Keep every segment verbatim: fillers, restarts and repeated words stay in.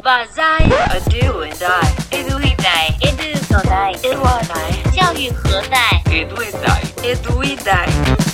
把在 A do and I Edu e dai Edu所在 Edu a dai 教育何在 Edu e dai Edu e dai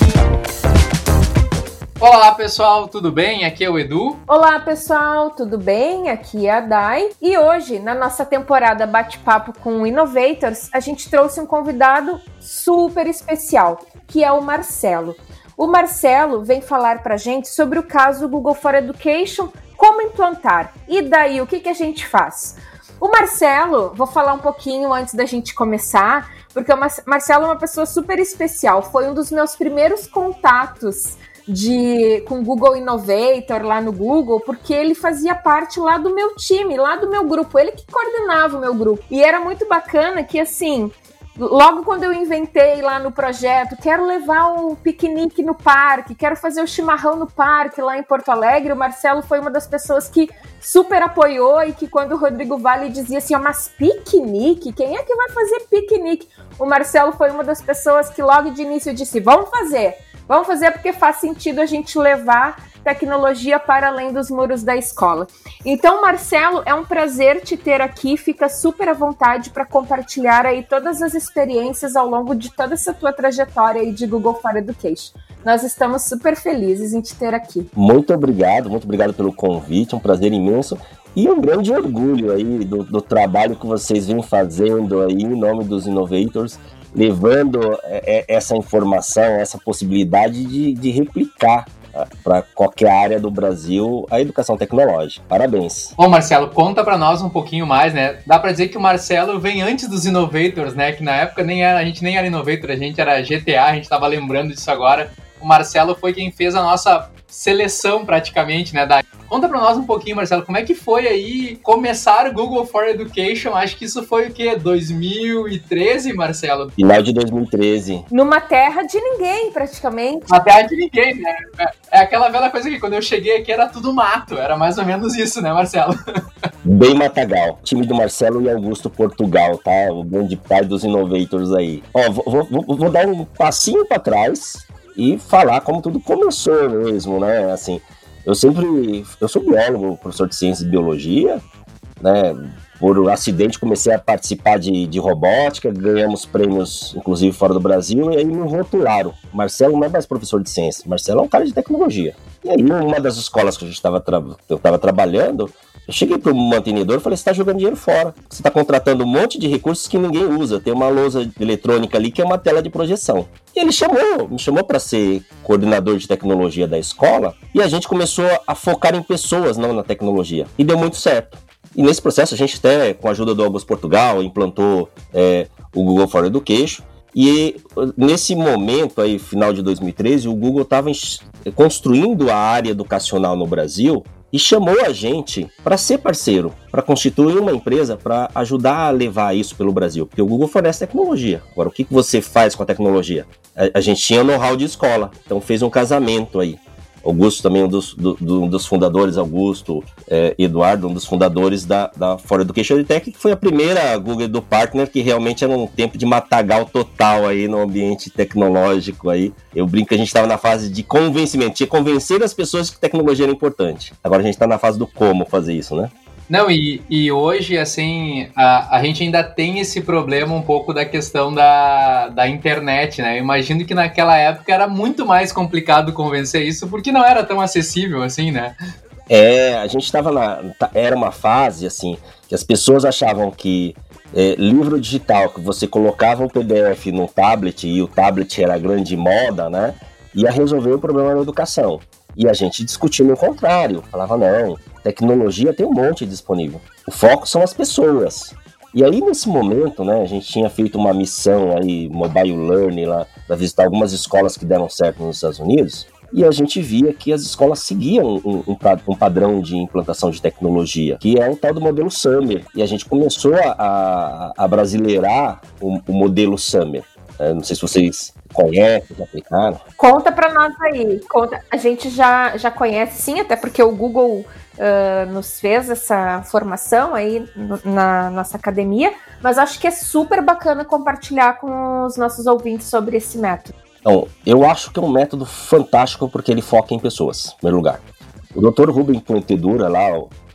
Olá pessoal, tudo bem? Aqui é o Edu. Olá pessoal, tudo bem? Aqui é a Dai. E hoje, na nossa temporada Bate-Papo com Innovators, a gente trouxe um convidado super especial, que é o Marcelo. O Marcelo vem falar pra gente sobre o caso Google for Education, como implantar. E daí, o que, que a gente faz? O Marcelo, vou falar um pouquinho antes da gente começar, porque o Marcelo é uma pessoa super especial. Foi um dos meus primeiros contatos de, com Google Innovator lá no Google, porque ele fazia parte lá do meu time, lá do meu grupo, ele que coordenava o meu grupo. E era muito bacana que, assim, logo quando eu inventei lá no projeto, quero levar o piquenique no parque, quero fazer o chimarrão no parque lá em Porto Alegre, o Marcelo foi uma das pessoas que super apoiou e que quando o Rodrigo Vale dizia assim, ó, mas piquenique? Quem é que vai fazer piquenique? O Marcelo foi uma das pessoas que logo de início disse, vamos fazer. Vamos fazer porque faz sentido a gente levar tecnologia para além dos muros da escola. Então, Marcelo, é um prazer te ter aqui. Fica super à vontade para compartilhar aí todas as experiências ao longo de toda essa tua trajetória aí de Google for Education. Nós estamos super felizes em te ter aqui. Muito obrigado, muito obrigado pelo convite, um prazer imenso. E um grande orgulho aí do, do trabalho que vocês vêm fazendo aí em nome dos Innovators, levando essa informação, essa possibilidade de, de replicar para qualquer área do Brasil a educação tecnológica. Parabéns. Bom, Marcelo, conta para nós um pouquinho mais, né? Dá para dizer que o Marcelo vem antes dos Innovators, né? Que na época nem era, a gente nem era Innovator, a gente era G T A, a gente estava lembrando disso agora. O Marcelo foi quem fez a nossa seleção praticamente, né? Da... Conta pra nós um pouquinho, Marcelo, como é que foi aí começar o Google for Education? Acho que isso foi o quê? dois mil e treze, Marcelo? Final de dois mil e treze. Numa terra de ninguém, praticamente. Uma terra de ninguém, né? É aquela velha coisa que quando eu cheguei aqui era tudo mato. Era mais ou menos isso, né, Marcelo? Bem matagal. Time do Marcelo e Augusto Portugal, tá? O grande pai dos Innovators aí. Ó, vou, vou, vou dar um passinho pra trás e falar como tudo começou mesmo, né? Assim, eu sempre... Eu sou biólogo, professor de ciência e biologia, né? Por acidente comecei a participar de, de robótica, ganhamos prêmios, inclusive fora do Brasil, e aí me rotularam. Marcelo não é mais professor de ciência, Marcelo é um cara de tecnologia. E aí, numa das escolas que a gente tava tra- eu estava trabalhando, eu cheguei pro mantenedor e falei, você está jogando dinheiro fora. Você está contratando um monte de recursos que ninguém usa. Tem uma lousa eletrônica ali que é uma tela de projeção. E ele chamou, me chamou para ser coordenador de tecnologia da escola, e a gente começou a focar em pessoas, não na tecnologia. E deu muito certo. E nesse processo a gente até, com a ajuda do Augusto Portugal, implantou é, o Google for Education. E nesse momento aí, final de dois mil e treze, o Google estava construindo a área educacional no Brasil e chamou a gente para ser parceiro, para constituir uma empresa para ajudar a levar isso pelo Brasil. Porque o Google fornece tecnologia. Agora, o que você faz com a tecnologia? A, a gente tinha know-how de escola, então fez um casamento aí. Augusto também, um dos, do, do, dos fundadores, Augusto, é, Eduardo, um dos fundadores da, da For Education EdTech, que foi a primeira Google Edu Partner, que realmente era um tempo de matagal total aí no ambiente tecnológico aí. Eu brinco que a gente estava na fase de convencimento, tinha que convencer as pessoas que tecnologia era importante. Agora a gente está na fase do como fazer isso, né? Não, e, e hoje, assim, a, a gente ainda tem esse problema um pouco da questão da, da internet, né? Eu imagino que naquela época era muito mais complicado convencer isso, porque não era tão acessível assim, né? É, a gente estava na... Era uma fase, assim, que as pessoas achavam que é, livro digital, que você colocava o P D F no tablet, e o tablet era a grande moda, né? Ia resolver o problema da educação. E a gente discutia o contrário, falava, não, tecnologia tem um monte disponível. O foco são as pessoas. E aí, nesse momento, né, a gente tinha feito uma missão aí, Mobile Learning, lá, para visitar algumas escolas que deram certo nos Estados Unidos, e a gente via que as escolas seguiam um, um, um padrão de implantação de tecnologia, que é o tal do modelo Summer. E a gente começou a, a, a brasileirar o, o modelo Summer. É, não sei se vocês conhecem, já aplicaram. Conta para nós aí. Conta. A gente já, já conhece, sim, até porque o Google uh, nos fez essa formação aí no, na nossa academia, mas acho que é super bacana compartilhar com os nossos ouvintes sobre esse método. Então, eu acho que é um método fantástico porque ele foca em pessoas, em primeiro lugar. O doutor Rubem Pontedura, lá,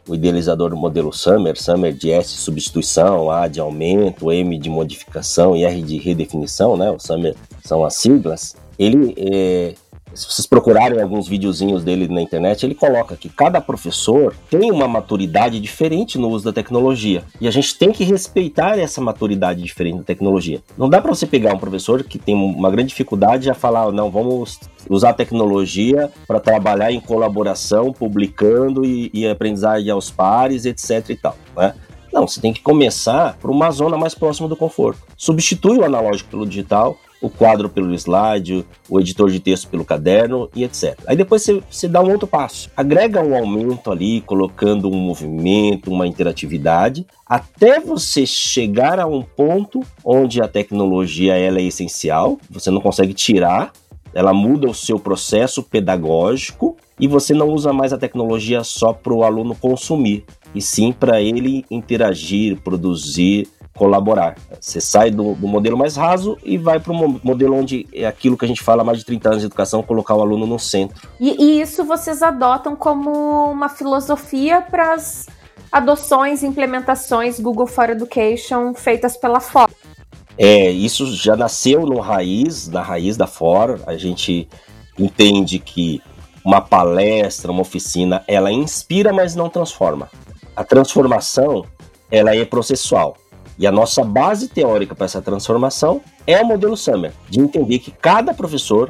o idealizador do modelo Summer, Summer de S de substituição, A de aumento, M de modificação e R de redefinição, né? O Summer são as siglas. Ele, é, se vocês procurarem alguns videozinhos dele na internet, ele coloca que cada professor tem uma maturidade diferente no uso da tecnologia. E a gente tem que respeitar essa maturidade diferente da tecnologia. Não dá para você pegar um professor que tem uma grande dificuldade e falar, não, vamos usar a tecnologia para trabalhar em colaboração, publicando e, e aprendizagem aos pares, etc e tal, né? Não, você tem que começar por uma zona mais próxima do conforto. Substitui o analógico pelo digital, o quadro pelo slide, o editor de texto pelo caderno e etcétera. Aí depois você, você dá um outro passo. Agrega um aumento ali, colocando um movimento, uma interatividade, até você chegar a um ponto onde a tecnologia ela é essencial, você não consegue tirar, ela muda o seu processo pedagógico e você não usa mais a tecnologia só para o aluno consumir, e sim para ele interagir, produzir, colaborar. Você sai do, do modelo mais raso e vai para um modelo onde é aquilo que a gente fala há mais de trinta anos de educação, colocar o aluno no centro. E, e isso vocês adotam como uma filosofia para as adoções e implementações Google for Education feitas pela Fora? É, isso já nasceu no raiz, na raiz da Fora. A gente entende que uma palestra, uma oficina, ela inspira, mas não transforma. A transformação, ela é processual. E a nossa base teórica para essa transformação é o modelo Summer, de entender que cada professor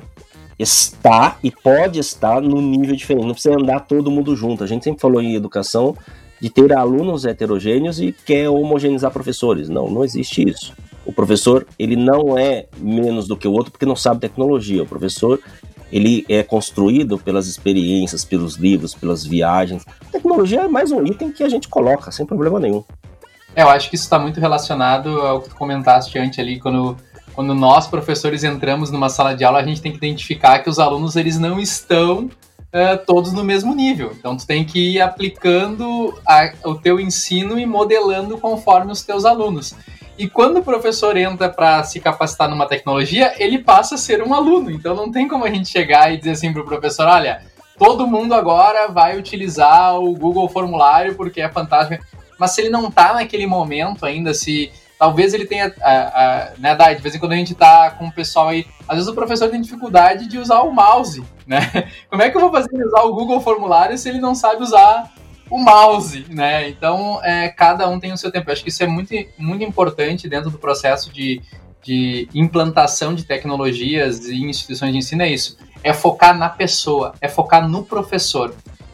está e pode estar num nível diferente. Não precisa andar todo mundo junto. A gente sempre falou em educação de ter alunos heterogêneos e quer homogeneizar professores. Não, não existe isso. O professor, ele não é menos do que o outro porque não sabe tecnologia. O professor, ele é construído pelas experiências, pelos livros, pelas viagens. A tecnologia é mais um item que a gente coloca, sem problema nenhum. É, eu acho que isso está muito relacionado ao que tu comentaste antes ali, quando, quando nós, professores, entramos numa sala de aula, a gente tem que identificar que os alunos eles não estão uh, todos no mesmo nível. Então, tu tem que ir aplicando a, o teu ensino e modelando conforme os teus alunos. E quando o professor entra para se capacitar numa tecnologia, ele passa a ser um aluno. Então, não tem como a gente chegar e dizer assim para o professor, olha, todo mundo agora vai utilizar o Google Formulário porque é fantástico. Mas se ele não tá naquele momento ainda, se talvez ele tenha, a, a, né, Dai, de vez em quando a gente tá com o pessoal aí, às vezes o professor tem dificuldade de usar o mouse, né? Como é que eu vou fazer ele usar o Google Formulário se ele não sabe usar o mouse, né? Então, é, cada um tem o seu tempo. Eu acho que isso é muito, muito importante dentro do processo de, de implantação de tecnologias em instituições de ensino, é isso. É focar na pessoa, é focar no professor,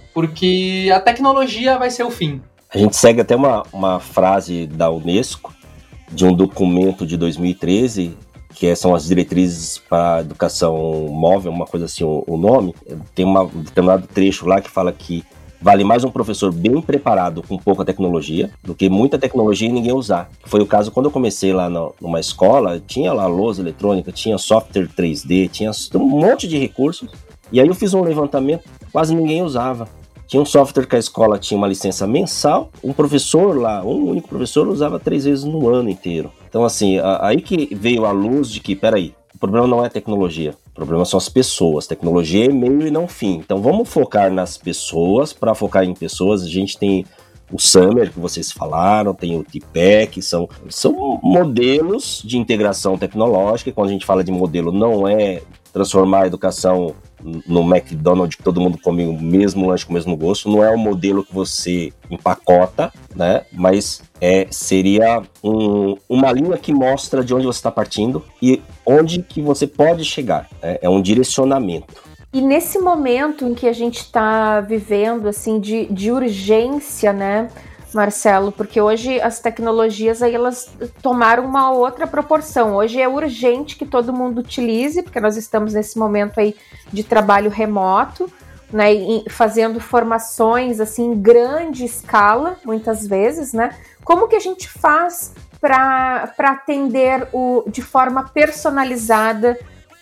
porque a tecnologia vai ser o fim. A gente segue até uma, uma frase da Unesco, de um documento de dois mil e treze, que são as diretrizes para a educação móvel, uma coisa assim, o, o nome. Tem uma, um determinado trecho lá que fala que vale mais um professor bem preparado com pouca tecnologia do que muita tecnologia e ninguém usar. Foi o caso quando eu comecei lá no, numa escola, tinha lá lousa eletrônica, tinha software três D, tinha um monte de recursos. E aí eu fiz um levantamento, quase ninguém usava. Tinha um software que a escola tinha uma licença mensal, um professor lá, um único professor usava três vezes no ano inteiro. Então assim, aí que veio a luz de que, peraí, o problema não é a tecnologia, o problema são as pessoas. Tecnologia é meio e não fim. Então vamos focar nas pessoas. Para focar em pessoas, a gente tem o Summer, que vocês falaram, tem o T P E C, são, são modelos de integração tecnológica. Quando a gente fala de modelo, não é transformar a educação no McDonald's, que todo mundo come o mesmo lanche com o mesmo gosto, não é um modelo que você empacota, né? Mas é, seria um, uma linha que mostra de onde você está partindo e onde que você pode chegar, né? É um direcionamento. E nesse momento em que a gente está vivendo assim de, de urgência, né, Marcelo? Porque hoje as tecnologias aí, elas tomaram uma outra proporção. Hoje é urgente que todo mundo utilize, porque nós estamos nesse momento aí de trabalho remoto, né, e fazendo formações assim em grande escala, muitas vezes, né? Como que a gente faz para para atender o, de forma personalizada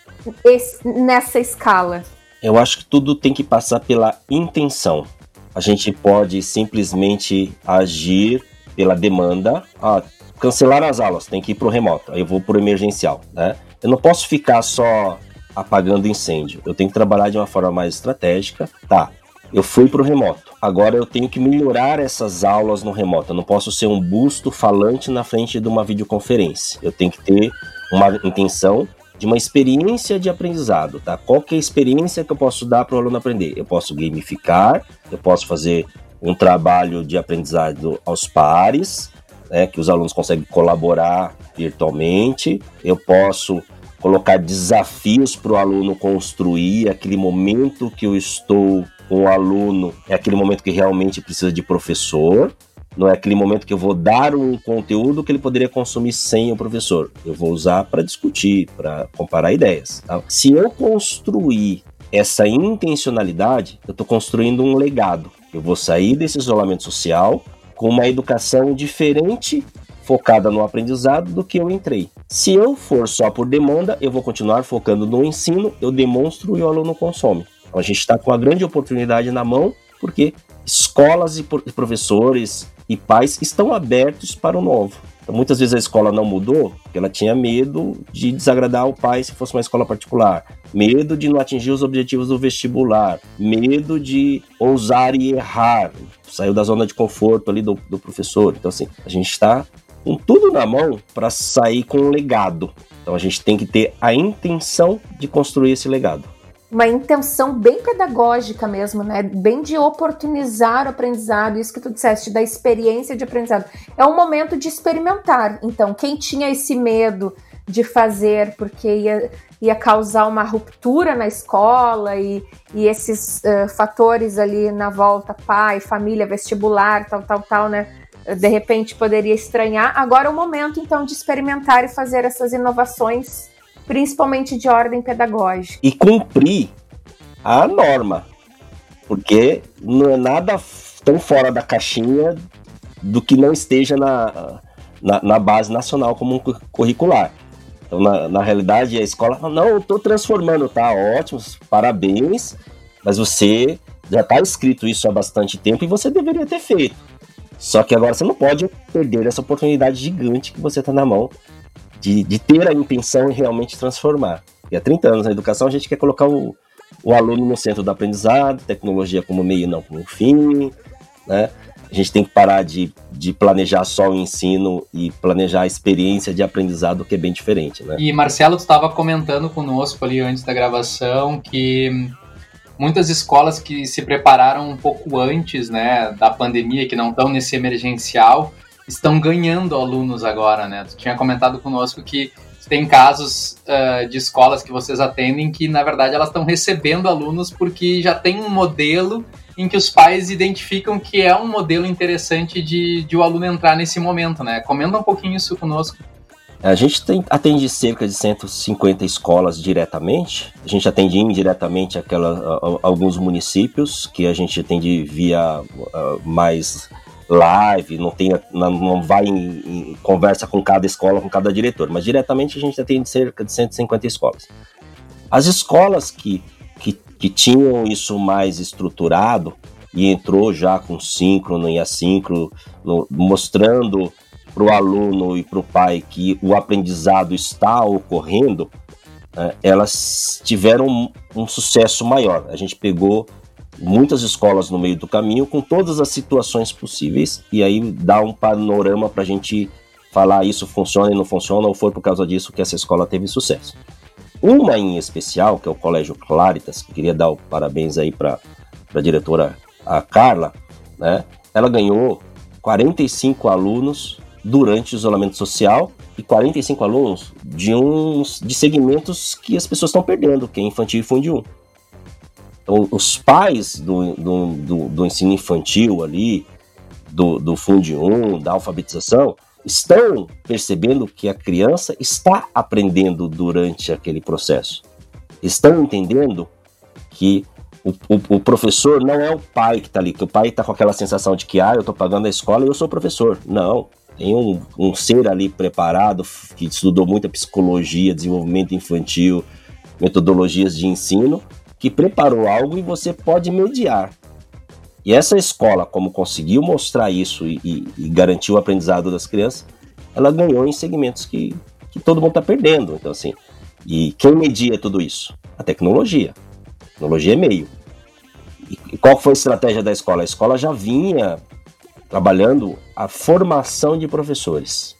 esse, nessa escala? Eu acho que tudo tem que passar pela intenção. A gente pode simplesmente agir pela demanda. Ah, cancelar as aulas, tem que ir para o remoto. Aí eu vou para o emergencial, né? Eu não posso ficar só apagando incêndio. Eu tenho que trabalhar de uma forma mais estratégica. Tá, eu fui para o remoto. Agora eu tenho que melhorar essas aulas no remoto. Eu não posso ser um busto falante na frente de uma videoconferência. Eu tenho que ter uma intenção de uma experiência de aprendizado, tá? Qual que é a experiência que eu posso dar para o aluno aprender? Eu posso gamificar, eu posso fazer um trabalho de aprendizado aos pares, né, que os alunos conseguem colaborar virtualmente. Eu posso colocar desafios para o aluno construir. Aquele momento que eu estou com o aluno é aquele momento que realmente precisa de professor. Não é aquele momento que eu vou dar um conteúdo que ele poderia consumir sem o professor. Eu vou usar para discutir, para comparar ideias. Tá? Se eu construir essa intencionalidade, eu estou construindo um legado. Eu vou sair desse isolamento social com uma educação diferente, focada no aprendizado, do que eu entrei. Se eu for só por demanda, eu vou continuar focando no ensino, eu demonstro e o aluno consome. Então a gente está com a grande oportunidade na mão, porque escolas e professores e pais estão abertos para o novo. Então, muitas vezes a escola não mudou porque ela tinha medo de desagradar o pai se fosse uma escola particular, medo de não atingir os objetivos do vestibular, medo de ousar e errar, saiu da zona de conforto ali do, do professor. Então, assim, a gente está com tudo na mão para sair com um legado. Então, a gente tem que ter a intenção de construir esse legado. Uma intenção bem pedagógica mesmo, né? Bem de oportunizar o aprendizado, isso que tu disseste, da experiência de aprendizado. É um momento de experimentar. Então, quem tinha esse medo de fazer porque ia, ia causar uma ruptura na escola e, e esses uh, fatores ali na volta, pai, família, vestibular, tal, tal, tal, né? De repente poderia estranhar. Agora é o momento, então, de experimentar e fazer essas inovações, principalmente de ordem pedagógica. E cumprir a norma, porque não é nada tão fora da caixinha do que não esteja na, na, na base nacional como um curricular. Então, na, na realidade, a escola fala, não, eu estou transformando, tá ótimo, parabéns, mas você já está escrito isso há bastante tempo e você deveria ter feito. Só que agora você não pode perder essa oportunidade gigante que você está na mão De, de ter a intenção em realmente transformar. E há trinta anos na educação a gente quer colocar o, o aluno no centro do aprendizado, tecnologia como meio e não como fim, né? A gente tem que parar de, de planejar só o ensino e planejar a experiência de aprendizado, que é bem diferente, né? E Marcelo, tu estava comentando conosco ali antes da gravação que muitas escolas que se prepararam um pouco antes, né, da pandemia, que não estão nesse emergencial, estão ganhando alunos agora, né? Tu tinha comentado conosco que tem casos uh, de escolas que vocês atendem que, na verdade, elas estão recebendo alunos porque já tem um modelo em que os pais identificam que é um modelo interessante de, de o aluno entrar nesse momento, né? Comenta um pouquinho isso conosco. A gente tem, atende cerca de cento e cinquenta escolas diretamente. A gente atende indiretamente aquela, a, a, alguns municípios que a gente atende via uh, mais live, não, tem, não, não vai em, em conversa com cada escola, com cada diretor, mas diretamente a gente atende cerca de cento e cinquenta escolas. As escolas que, que, que tinham isso mais estruturado e entrou já com síncrono e assíncrono, no, mostrando para o aluno e para o pai que o aprendizado está ocorrendo, né, elas tiveram um, um sucesso maior. A gente pegou muitas escolas no meio do caminho com todas as situações possíveis e aí dá um panorama para a gente falar isso funciona e não funciona ou foi por causa disso que essa escola teve sucesso. Uma em especial, que é o Colégio Claritas, que queria dar o parabéns aí para a diretora a Carla, né? Ela ganhou quarenta e cinco alunos durante o isolamento social e quarenta e cinco alunos de, uns, de segmentos que as pessoas estão perdendo, que é infantil e Fundi um. Então, os pais do, do, do, do ensino infantil ali, do, do Fundi um, da alfabetização, estão percebendo que a criança está aprendendo durante aquele processo. Estão entendendo que o, o, o professor não é o pai que está ali, que o pai está com aquela sensação de que ah, eu estou pagando a escola e eu sou professor. Não, tem um, um ser ali preparado, que estudou muita psicologia, desenvolvimento infantil, metodologias de ensino, que preparou algo e você pode mediar. E essa escola, como conseguiu mostrar isso e, e, e garantir o aprendizado das crianças, ela ganhou em segmentos que, que todo mundo está perdendo. Então, assim, e quem media tudo isso? A tecnologia. A tecnologia é meio. e qual foi a estratégia da escola? A escola já vinha trabalhando a formação de professores.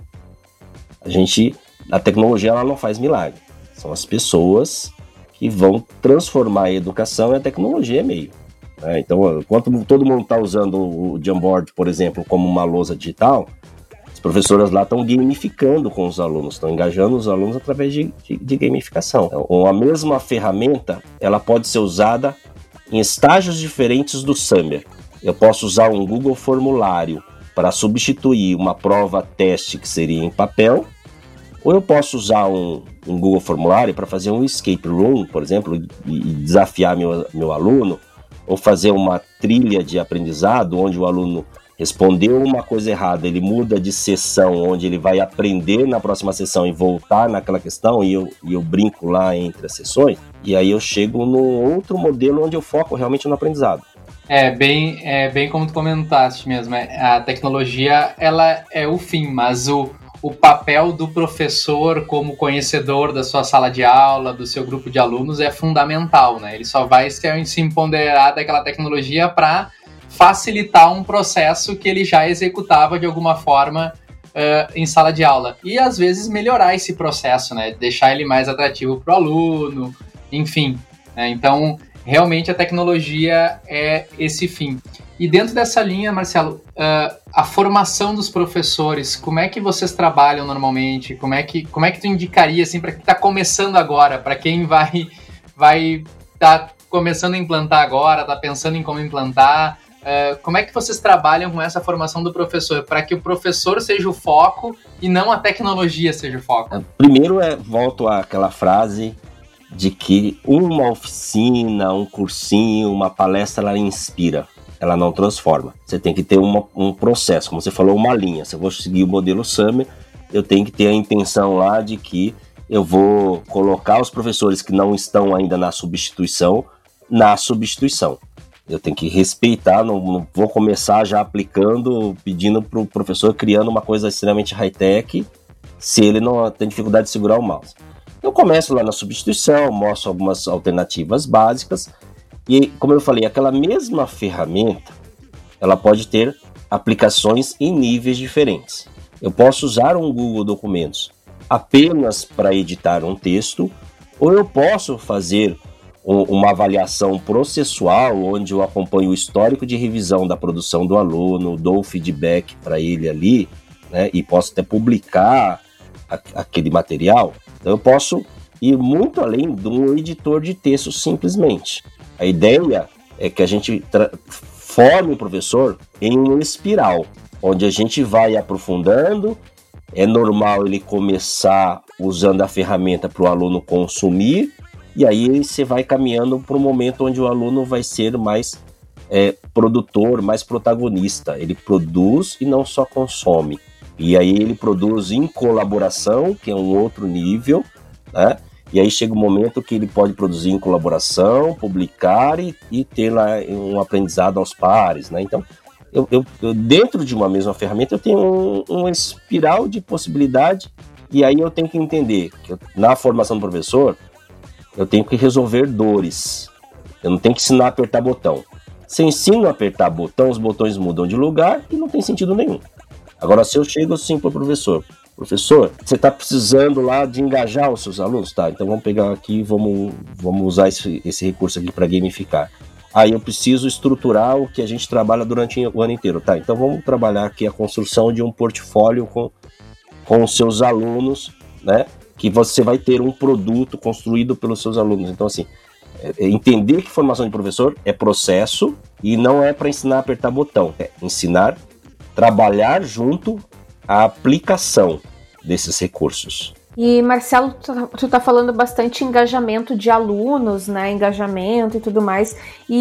A gente, a tecnologia ela não faz milagre. São as pessoas que vão transformar a educação e a tecnologia é meio. Né? Então, enquanto todo mundo está usando o Jamboard, por exemplo, como uma lousa digital, as professoras lá estão gamificando com os alunos, estão engajando os alunos através de, de, de gamificação. Então, a mesma ferramenta, ela pode ser usada em estágios diferentes do Summer. Eu posso usar um Google Formulário para substituir uma prova teste que seria em papel, ou eu posso usar um, um Google Formulário para fazer um escape room, por exemplo, e, e desafiar meu, meu aluno, ou fazer uma trilha de aprendizado onde o aluno respondeu uma coisa errada, ele muda de sessão, onde ele vai aprender na próxima sessão e voltar naquela questão, e eu, e eu brinco lá entre as sessões, e aí eu chego num outro modelo onde eu foco realmente no aprendizado. É bem, é bem como tu comentaste mesmo, a tecnologia ela é o fim, mas o, o papel do professor como conhecedor da sua sala de aula, do seu grupo de alunos é fundamental, né? Ele só vai se, se empoderar daquela tecnologia para facilitar um processo que ele já executava de alguma forma uh, em sala de aula. E às vezes melhorar esse processo, né? Deixar ele mais atrativo para o aluno, enfim. Né? Então, realmente a tecnologia é esse fim. E dentro dessa linha, Marcelo, uh, a formação dos professores, como é que vocês trabalham normalmente? Como é que, como é que tu indicaria, assim, para quem está começando agora, para quem vai vai tá começando a implantar agora, está pensando em como implantar? Uh, como é que vocês trabalham com essa formação do professor, para que o professor seja o foco e não a tecnologia seja o foco? Primeiro, é, volto àquela frase de que uma oficina, um cursinho, uma palestra, ela inspira, ela não transforma. Você tem que ter uma, um processo, como você falou, uma linha. Se eu vou seguir o modelo Summer, eu tenho que ter a intenção lá de que eu vou colocar os professores que não estão ainda na substituição, na substituição. Eu tenho que respeitar, não, não vou começar já aplicando, pedindo para o professor, criando uma coisa extremamente high-tech, se ele não tem dificuldade de segurar o mouse. Eu começo lá na substituição, mostro algumas alternativas básicas, e como eu falei, aquela mesma ferramenta, ela pode ter aplicações em níveis diferentes. Eu posso usar um Google Documentos apenas para editar um texto, ou eu posso fazer uma avaliação processual, onde eu acompanho o histórico de revisão da produção do aluno, dou feedback para ele ali, né, e posso até publicar a, aquele material. Então eu posso ir muito além de um editor de texto simplesmente. A ideia é que a gente tra- forme o professor em uma espiral, onde a gente vai aprofundando. É normal ele começar usando a ferramenta para o aluno consumir, e aí você vai caminhando para um momento onde o aluno vai ser mais é, produtor, mais protagonista. Ele produz e não só consome. E aí ele produz em colaboração, que é um outro nível, né? E aí chega um momento que ele pode produzir em colaboração, publicar e, e ter lá um aprendizado aos pares, né? Então, eu, eu, eu, dentro de uma mesma ferramenta, eu tenho um, uma espiral de possibilidade, e aí eu tenho que entender que eu, na formação do professor, eu tenho que resolver dores. Eu não tenho que ensinar a apertar botão. Se eu ensino a apertar botão, os botões mudam de lugar e não tem sentido nenhum. Agora, se eu chego assim para o professor, professor, você está precisando lá de engajar os seus alunos? Tá, então vamos pegar aqui e vamos, vamos usar esse, esse recurso aqui para gamificar. Aí eu preciso estruturar o que a gente trabalha durante o ano inteiro. Tá, então vamos trabalhar aqui a construção de um portfólio com, com os seus alunos, né? Que você vai ter um produto construído pelos seus alunos. Então, assim, é entender que formação de professor é processo e não é para ensinar a apertar botão. É ensinar, trabalhar junto à aplicação desses recursos. E, Marcelo, tu, tu tá falando bastante engajamento de alunos, né? Engajamento e tudo mais.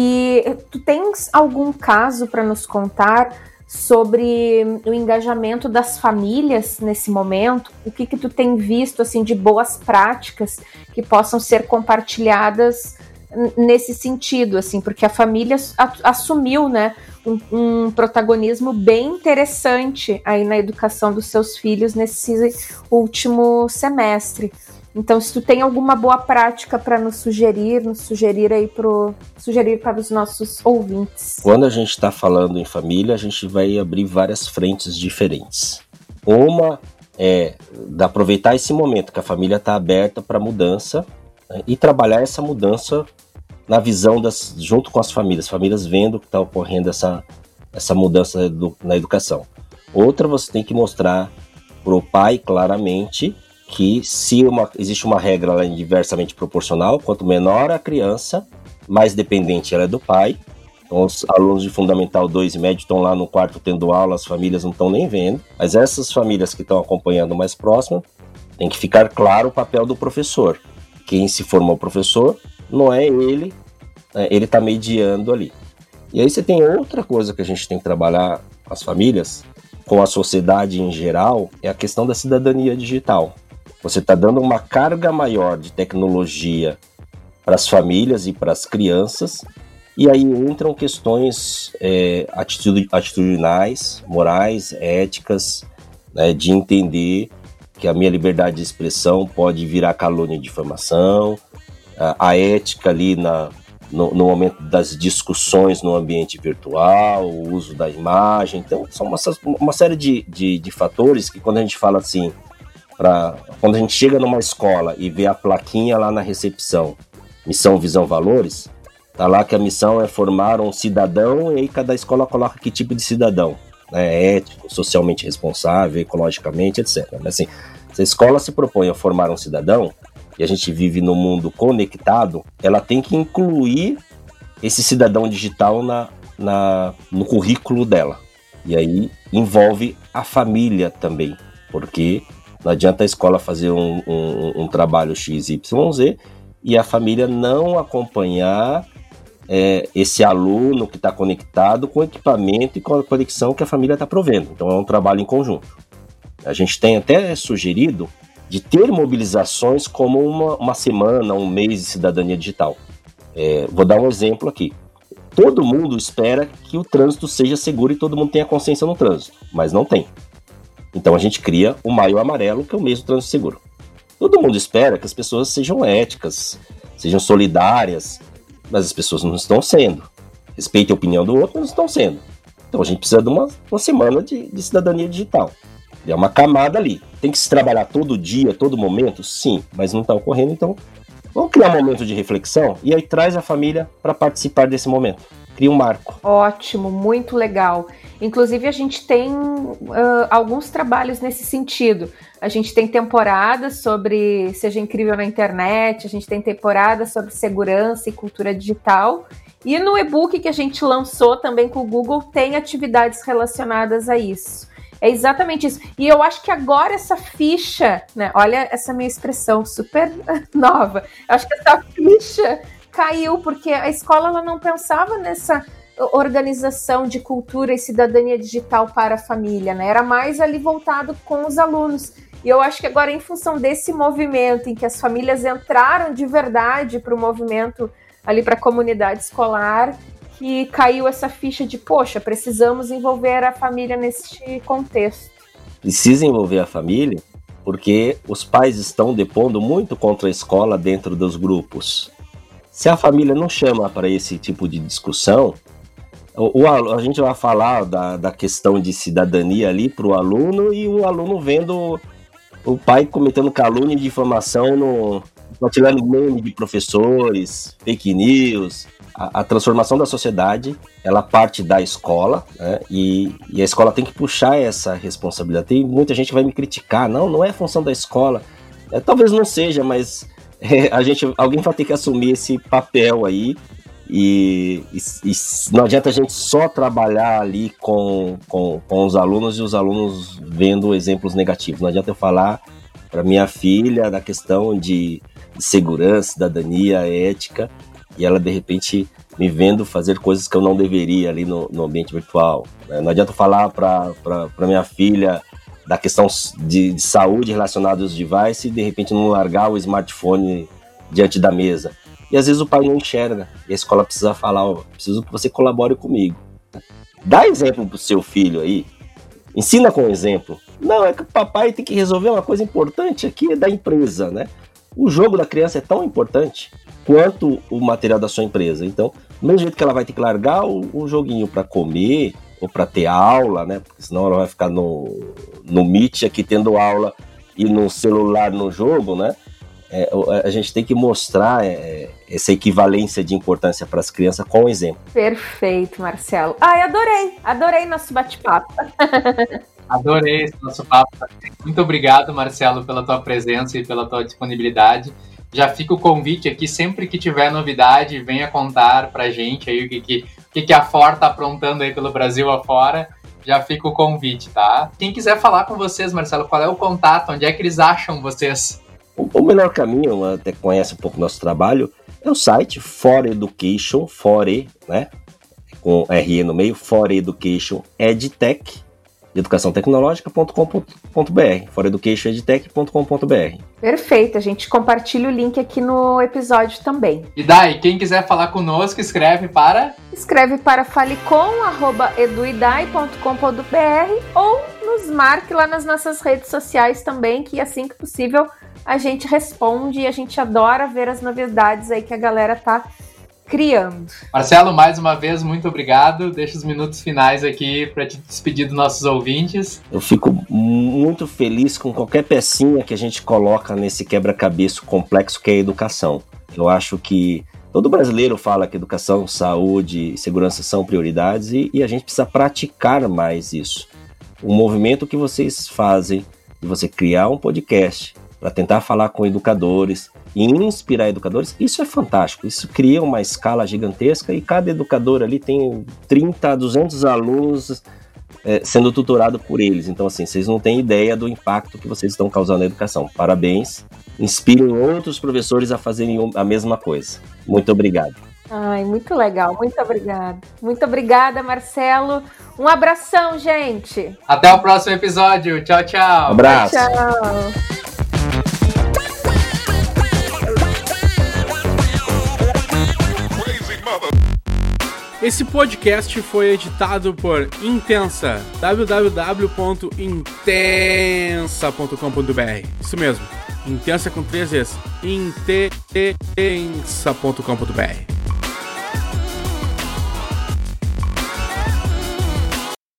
E tu tens algum caso para nos contar sobre o engajamento das famílias nesse momento? O que que tu tem visto, assim, de boas práticas que possam ser compartilhadas nesse sentido, assim, porque a família assumiu, né, um, um protagonismo bem interessante aí na educação dos seus filhos nesse último semestre. Então, se tu tem alguma boa prática para nos sugerir, nos sugerir aí pro, sugerir para os nossos ouvintes. Quando a gente está falando em família, a gente vai abrir várias frentes diferentes. Uma é de aproveitar esse momento que a família está aberta para mudança, né, e trabalhar essa mudança na visão das, junto com as famílias, famílias vendo que está ocorrendo essa, essa mudança edu, na educação. Outra, você tem que mostrar para o pai claramente que se uma, existe uma regra lá inversamente proporcional, quanto menor a criança, mais dependente ela é do pai. Então, os alunos de Fundamental dois e médio estão lá no quarto tendo aula, as famílias não estão nem vendo, mas essas famílias que estão acompanhando mais próximas, tem que ficar claro o papel do professor. Quem se formou professor não é ele, né, ele está mediando ali. E aí você tem outra coisa que a gente tem que trabalhar com as famílias, com a sociedade em geral, é a questão da cidadania digital. Você está dando uma carga maior de tecnologia para as famílias e para as crianças, e aí entram questões é, atitudinais, morais, éticas, né, de entender que a minha liberdade de expressão pode virar calúnia e difamação, a, a ética ali na, no, no momento das discussões no ambiente virtual, o uso da imagem. Então, são uma, uma série de, de, de fatores que, quando a gente fala assim, Pra, quando a gente chega numa escola e vê a plaquinha lá na recepção, missão, visão, valores, tá lá que a missão é formar um cidadão, e aí cada escola coloca que tipo de cidadão, né? Ético, socialmente responsável, ecologicamente, etcétera. Mas assim, se a escola se propõe a formar um cidadão, e a gente vive num mundo conectado, ela tem que incluir esse cidadão digital na, na, no currículo dela. E aí envolve a família também, porque não adianta a escola fazer um, um, um trabalho X Y Z e a família não acompanhar é, esse aluno que está conectado com o equipamento e com a conexão que a família está provendo. Então é um trabalho em conjunto. A gente tem até sugerido de ter mobilizações como uma, uma semana, um mês de cidadania digital. É, vou dar um exemplo aqui. Todo mundo espera que o trânsito seja seguro e todo mundo tenha consciência no trânsito, mas não tem. Então a gente cria o Maio Amarelo, que é o mês do trânsito seguro. Todo mundo espera que as pessoas sejam éticas, sejam solidárias, mas as pessoas não estão sendo. Respeitem a opinião do outro, mas não estão sendo. Então a gente precisa de uma, uma semana de, de cidadania digital. É uma camada ali. Tem que se trabalhar todo dia, todo momento? Sim, mas não está ocorrendo, então vamos criar um momento de reflexão e aí traz a família para participar desse momento. Cria um marco. Ótimo, muito legal. Inclusive, a gente tem uh, alguns trabalhos nesse sentido. A gente tem temporadas sobre Seja Incrível na Internet, a gente tem temporadas sobre segurança e cultura digital. E no e-book que a gente lançou também com o Google, tem atividades relacionadas a isso. É exatamente isso. E eu acho que agora essa ficha, né? Olha essa minha expressão super nova. Eu acho que essa ficha caiu, porque a escola ela não pensava nessa organização de cultura e cidadania digital para a família, né? Era mais ali voltado com os alunos. E eu acho que agora, em função desse movimento, em que as famílias entraram de verdade para o movimento ali para a comunidade escolar, que caiu essa ficha de, poxa, precisamos envolver a família neste contexto. Precisa envolver a família, porque os pais estão depondo muito contra a escola dentro dos grupos. Se a família não chama para esse tipo de discussão, o, o, a gente vai falar da, da questão de cidadania ali para o aluno, e o aluno vendo o pai cometendo calúnia e difamação, no, compartilhando meme de professores, fake news. A, a transformação da sociedade, ela parte da escola, né? e, e a escola tem que puxar essa responsabilidade. Tem muita gente que vai me criticar, não, não é função da escola. É, talvez não seja, mas é, a gente, alguém vai ter que assumir esse papel aí, e, e, e não adianta a gente só trabalhar ali com, com, com os alunos e os alunos vendo exemplos negativos. Não adianta eu falar para minha filha da questão de, de segurança, cidadania, ética, e ela, de repente, me vendo fazer coisas que eu não deveria ali no, no ambiente virtual. Não adianta falar para minha filha da questão de, de saúde relacionada aos devices e, de repente, não largar o smartphone diante da mesa. E, às vezes, o pai não enxerga. E a escola precisa falar, ó, preciso que você colabore comigo. Dá exemplo para o seu filho aí. Ensina com exemplo. Não, é que o papai tem que resolver uma coisa importante aqui da empresa, né? O jogo da criança é tão importante quanto o material da sua empresa. Então, do mesmo jeito que ela vai ter que largar o, o joguinho para comer ou para ter aula, né? Porque senão ela vai ficar no, no Meet aqui tendo aula e no celular no jogo, né? É, a gente tem que mostrar é, essa equivalência de importância para as crianças com o exemplo. Perfeito, Marcelo. Ai, adorei, adorei nosso bate-papo. Adorei esse nosso papo. Muito obrigado, Marcelo, pela tua presença e pela tua disponibilidade. Já fica o convite aqui, sempre que tiver novidade, venha contar pra gente aí o que, que, o que a Ford tá aprontando aí pelo Brasil afora. Já fica o convite, tá? Quem quiser falar com vocês, Marcelo, qual é o contato? Onde é que eles acham vocês? O melhor caminho, até conhece um pouco do nosso trabalho, é o site For Education, Fore, né? Com R E no meio, For Education EdTech, de educação tecnológica ponto com ponto b r, for education edtech ponto com ponto b r. Perfeito, a gente compartilha o link aqui no episódio também. E daí, quem quiser falar conosco, escreve para... Escreve para falecom arroba eduidai ponto com ponto b r ou nos marque lá nas nossas redes sociais também, que assim que possível a gente responde e a gente adora ver as novidades aí que a galera tá criando. Marcelo, mais uma vez, muito obrigado. Deixa os minutos finais aqui para te despedir dos nossos ouvintes. Eu fico muito feliz com qualquer pecinha que a gente coloca nesse quebra-cabeça complexo que é a educação. Eu acho que todo brasileiro fala que educação, saúde e segurança são prioridades e, e a gente precisa praticar mais isso. O movimento que vocês fazem de você criar um podcast para tentar falar com educadores e inspirar educadores, isso é fantástico, isso cria uma escala gigantesca e cada educador ali tem trinta a duzentos alunos é, sendo tutorado por eles, então assim, vocês não têm ideia do impacto que vocês estão causando na educação. Parabéns, inspirem outros professores a fazerem a mesma coisa. Muito obrigado. Ai, muito legal, muito obrigada. Muito obrigada, Marcelo. Um abração, gente. Até o próximo episódio. Tchau, tchau. Um abraço. Tchau. Esse podcast foi editado por Intensa, w w w ponto intensa ponto com ponto b r. Isso mesmo, Intensa com três vezes, intensa ponto com ponto b r.